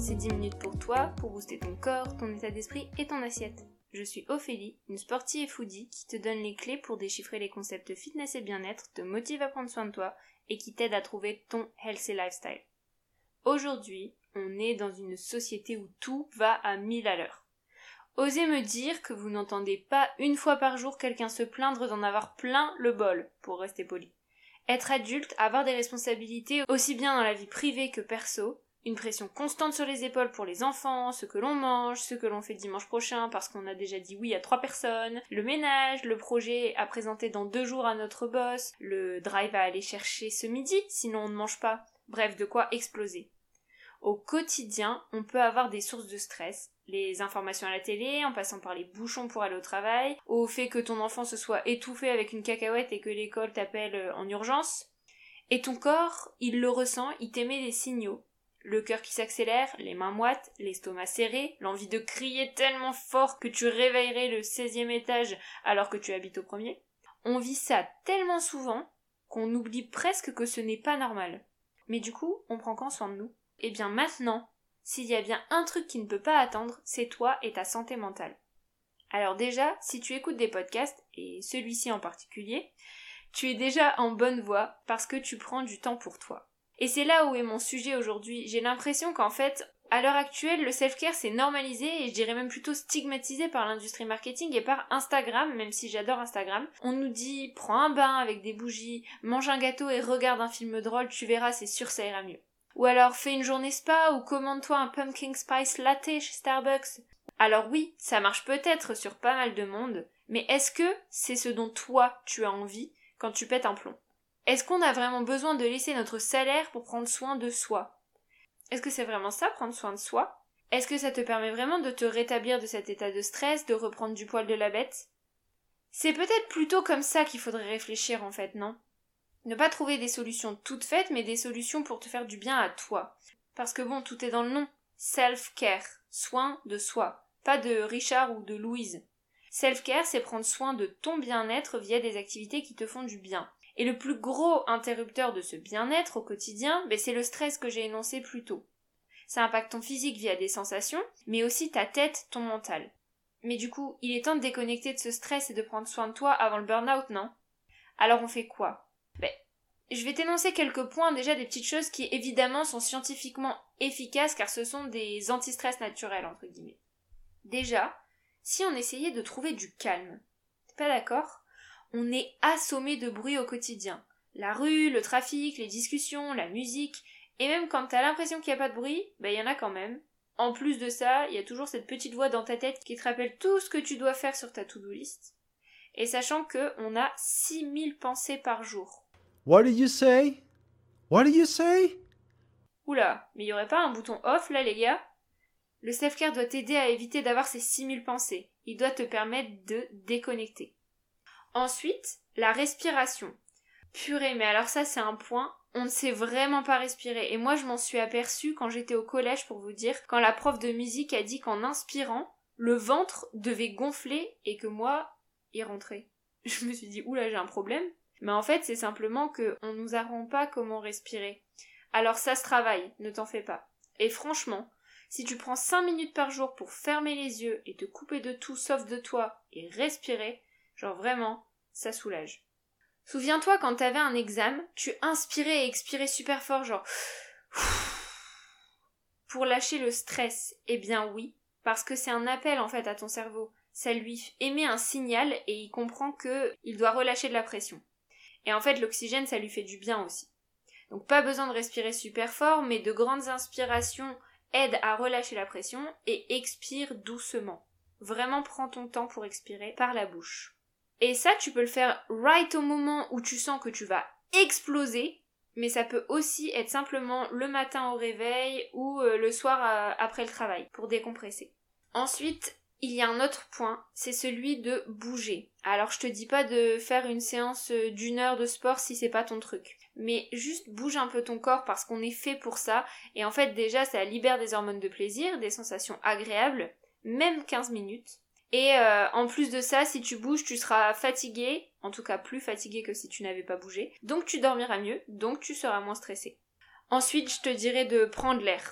c'est 10 minutes pour toi, pour booster ton corps, ton état d'esprit et ton assiette. Je suis Ophélie, une sportive et foodie qui te donne les clés pour déchiffrer les concepts fitness et bien-être, te motive à prendre soin de toi et qui t'aide à trouver ton healthy lifestyle. Aujourd'hui, on est dans une société où tout va à 1000 à l'heure. Osez me dire que vous n'entendez pas une fois par jour quelqu'un se plaindre d'en avoir plein le bol, pour rester poli. Être adulte, avoir des responsabilités aussi bien dans la vie privée que perso, une pression constante sur les épaules pour les enfants, ce que l'on mange, ce que l'on fait dimanche prochain parce qu'on a déjà dit oui à 3 personnes, le ménage, le projet à présenter dans 2 jours à notre boss, le drive à aller chercher ce midi sinon on ne mange pas, bref de quoi exploser. Au quotidien, on peut avoir des sources de stress, les informations à la télé, en passant par les bouchons pour aller au travail, au fait que ton enfant se soit étouffé avec une cacahuète et que l'école t'appelle en urgence. Et ton corps, il le ressent, il t'émet des signaux. Le cœur qui s'accélère, les mains moites, l'estomac serré, l'envie de crier tellement fort que tu réveillerais le 16e étage alors que tu habites au premier. On vit ça tellement souvent qu'on oublie presque que ce n'est pas normal. Mais du coup, on prend quand soin de nous ? Eh bien maintenant, s'il y a bien un truc qui ne peut pas attendre, c'est toi et ta santé mentale. Alors déjà, si tu écoutes des podcasts, et celui-ci en particulier, tu es déjà en bonne voie parce que tu prends du temps pour toi. Et c'est là où est mon sujet aujourd'hui. J'ai l'impression qu'en fait, à l'heure actuelle, le self-care c'est normalisé et je dirais même plutôt stigmatisé par l'industrie marketing et par Instagram, même si j'adore Instagram. On nous dit, prends un bain avec des bougies, mange un gâteau et regarde un film drôle, tu verras, c'est sûr ça ira mieux. Ou alors fais une journée spa ou commande-toi un pumpkin spice latte chez Starbucks. Alors oui, ça marche peut-être sur pas mal de monde, mais est-ce que c'est ce dont toi tu as envie quand tu pètes un plomb ? Est-ce qu'on a vraiment besoin de laisser notre salaire pour prendre soin de soi ? Est-ce que c'est vraiment ça, prendre soin de soi ? Est-ce que ça te permet vraiment de te rétablir de cet état de stress, de reprendre du poil de la bête ? C'est peut-être plutôt comme ça qu'il faudrait réfléchir en fait, non ? Ne pas trouver des solutions toutes faites, mais des solutions pour te faire du bien à toi. Parce que bon, tout est dans le nom. Self-care, soin de soi. Pas de Richard ou de Louise. Self-care, c'est prendre soin de ton bien-être via des activités qui te font du bien. Et le plus gros interrupteur de ce bien-être au quotidien, c'est le stress que j'ai énoncé plus tôt. Ça impacte ton physique via des sensations, mais aussi ta tête, ton mental. Mais du coup, il est temps de déconnecter de ce stress et de prendre soin de toi avant le burn-out, non ? Alors on fait quoi ? Je vais t'énoncer quelques points, déjà des petites choses qui évidemment sont scientifiquement efficaces car ce sont des anti-stress naturels entre guillemets. Déjà, si on essayait de trouver du calme, t'es pas d'accord ? On est assommé de bruit au quotidien. La rue, le trafic, les discussions, la musique, et même quand t'as l'impression qu'il n'y a pas de bruit, y en a quand même. En plus de ça, il y a toujours cette petite voix dans ta tête qui te rappelle tout ce que tu dois faire sur ta to-do list. Et sachant qu'on a 6000 pensées par jour. What did you say? What did you say? Oula, mais y aurait pas un bouton off là les gars ? Le self-care doit t'aider à éviter d'avoir ces 6000 pensées. Il doit te permettre de déconnecter. Ensuite, la respiration. Purée, mais alors ça c'est un point, on ne sait vraiment pas respirer. Et moi je m'en suis aperçue quand j'étais au collège pour vous dire, quand la prof de musique a dit qu'en inspirant, le ventre devait gonfler et que moi, il rentrait. Je me suis dit, oula j'ai un problème. Mais en fait, c'est simplement qu'on nous apprend pas comment respirer. Alors ça se travaille, ne t'en fais pas. Et franchement, si tu prends 5 minutes par jour pour fermer les yeux et te couper de tout sauf de toi et respirer, genre vraiment, ça soulage. Souviens-toi quand t'avais un examen, tu inspirais et expirais super fort, genre pour lâcher le stress. Eh bien oui, parce que c'est un appel en fait à ton cerveau. Ça lui émet un signal et il comprend qu'il doit relâcher de la pression. Et en fait, l'oxygène, ça lui fait du bien aussi. Donc pas besoin de respirer super fort, mais de grandes inspirations aident à relâcher la pression et expire doucement. Vraiment prends ton temps pour expirer par la bouche. Et ça, tu peux le faire right au moment où tu sens que tu vas exploser, mais ça peut aussi être simplement le matin au réveil ou le soir après le travail, pour décompresser. Ensuite, il y a un autre point, c'est celui de bouger. Alors je te dis pas de faire une séance d'1 heure de sport si c'est pas ton truc. Mais juste bouge un peu ton corps parce qu'on est fait pour ça. Et en fait déjà ça libère des hormones de plaisir, des sensations agréables, même 15 minutes. Et en plus de ça, si tu bouges, tu seras fatigué, en tout cas plus fatigué que si tu n'avais pas bougé. Donc tu dormiras mieux, donc tu seras moins stressé. Ensuite, je te dirais de prendre l'air.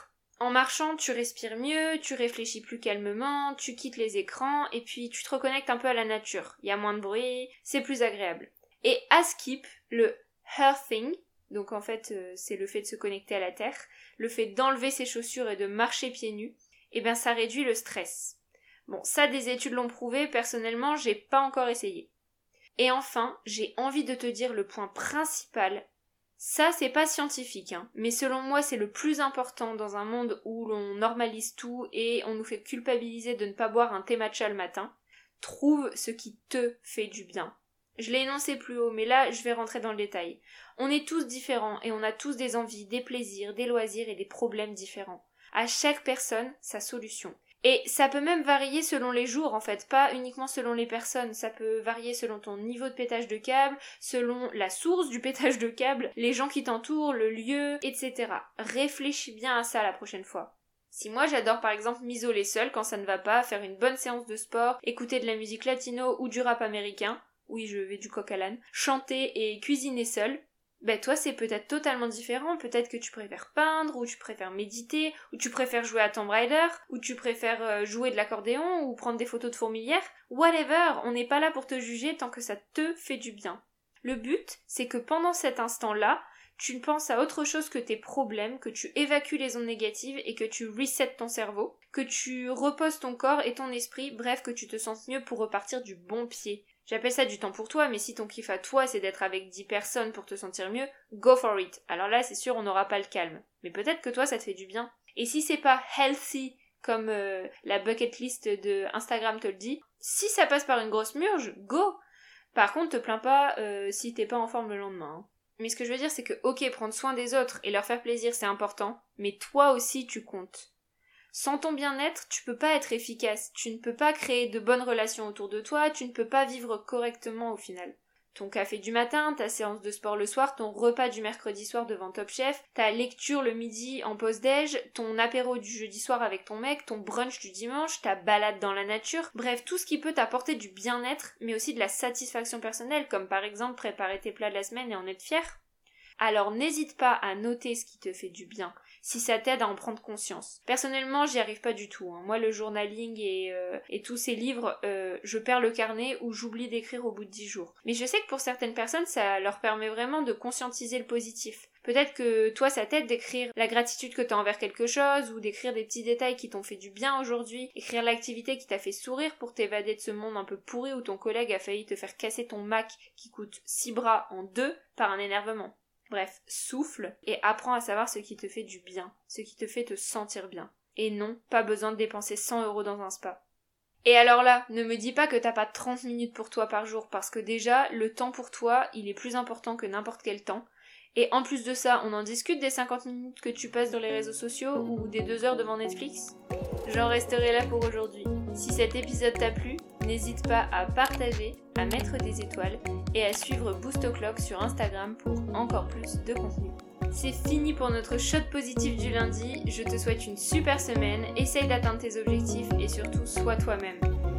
En marchant, tu respires mieux, tu réfléchis plus calmement, tu quittes les écrans et puis tu te reconnectes un peu à la nature. Il y a moins de bruit, c'est plus agréable. Et à Skip, le earthing, donc en fait c'est le fait de se connecter à la terre, le fait d'enlever ses chaussures et de marcher pieds nus, eh bien ça réduit le stress. Bon, ça des études l'ont prouvé, personnellement j'ai pas encore essayé. Et enfin, j'ai envie de te dire le point principal. Ça, c'est pas scientifique, hein, mais selon moi, c'est le plus important dans un monde où l'on normalise tout et on nous fait culpabiliser de ne pas boire un thé matcha le matin. Trouve ce qui te fait du bien. Je l'ai énoncé plus haut, mais là, je vais rentrer dans le détail. On est tous différents et on a tous des envies, des plaisirs, des loisirs et des problèmes différents. À chaque personne, sa solution. Et ça peut même varier selon les jours en fait, pas uniquement selon les personnes, ça peut varier selon ton niveau de pétage de câble, selon la source du pétage de câble, les gens qui t'entourent, le lieu, etc. Réfléchis bien à ça la prochaine fois. Si moi j'adore par exemple m'isoler seule quand ça ne va pas, faire une bonne séance de sport, écouter de la musique latino ou du rap américain, oui je vais du coq à l'âne, chanter et cuisiner seule, ben toi c'est peut-être totalement différent, peut-être que tu préfères peindre, ou tu préfères méditer, ou tu préfères jouer à Tomb Raider, ou tu préfères jouer de l'accordéon, ou prendre des photos de fourmilières, whatever, on n'est pas là pour te juger tant que ça te fait du bien. Le but, c'est que pendant cet instant-là, tu ne penses à autre chose que tes problèmes, que tu évacues les ondes négatives et que tu resets ton cerveau, que tu reposes ton corps et ton esprit, bref, que tu te sentes mieux pour repartir du bon pied. J'appelle ça du temps pour toi, mais si ton kiff à toi c'est d'être avec 10 personnes pour te sentir mieux, go for it. Alors là, c'est sûr, on n'aura pas le calme. Mais peut-être que toi, ça te fait du bien. Et si c'est pas healthy, comme la bucket list de Instagram te le dit, si ça passe par une grosse murge, go. Par contre, te plains pas si t'es pas en forme le lendemain. Hein. Mais ce que je veux dire, c'est que, ok, prendre soin des autres et leur faire plaisir, c'est important, mais toi aussi, tu comptes. Sans ton bien-être, tu peux pas être efficace, tu ne peux pas créer de bonnes relations autour de toi, tu ne peux pas vivre correctement au final. Ton café du matin, ta séance de sport le soir, ton repas du mercredi soir devant Top Chef, ta lecture le midi en pause déj, ton apéro du jeudi soir avec ton mec, ton brunch du dimanche, ta balade dans la nature, bref, tout ce qui peut t'apporter du bien-être, mais aussi de la satisfaction personnelle, comme par exemple préparer tes plats de la semaine et en être fier. Alors n'hésite pas à noter ce qui te fait du bien, si ça t'aide à en prendre conscience. Personnellement, j'y arrive pas du tout. Hein. Moi, le journaling et tous ces livres, je perds le carnet ou j'oublie d'écrire au bout de 10 jours. Mais je sais que pour certaines personnes, ça leur permet vraiment de conscientiser le positif. Peut-être que toi, ça t'aide d'écrire la gratitude que t'as envers quelque chose, ou d'écrire des petits détails qui t'ont fait du bien aujourd'hui, écrire l'activité qui t'a fait sourire pour t'évader de ce monde un peu pourri où ton collègue a failli te faire casser ton Mac qui coûte 6 bras en 2 par un énervement. Bref, souffle et apprends à savoir ce qui te fait du bien, ce qui te fait te sentir bien. Et non, pas besoin de dépenser 100 € dans un spa. Et alors là, ne me dis pas que t'as pas 30 minutes pour toi par jour, parce que déjà, le temps pour toi, il est plus important que n'importe quel temps. Et en plus de ça, on en discute des 50 minutes que tu passes dans les réseaux sociaux ou des 2 heures devant Netflix. J'en resterai là pour aujourd'hui. Si cet épisode t'a plu, n'hésite pas à partager, à mettre des étoiles et à suivre Boost O'Clock sur Instagram pour encore plus de contenu. C'est fini pour notre shot positif du lundi, je te souhaite une super semaine, essaye d'atteindre tes objectifs et surtout sois toi-même.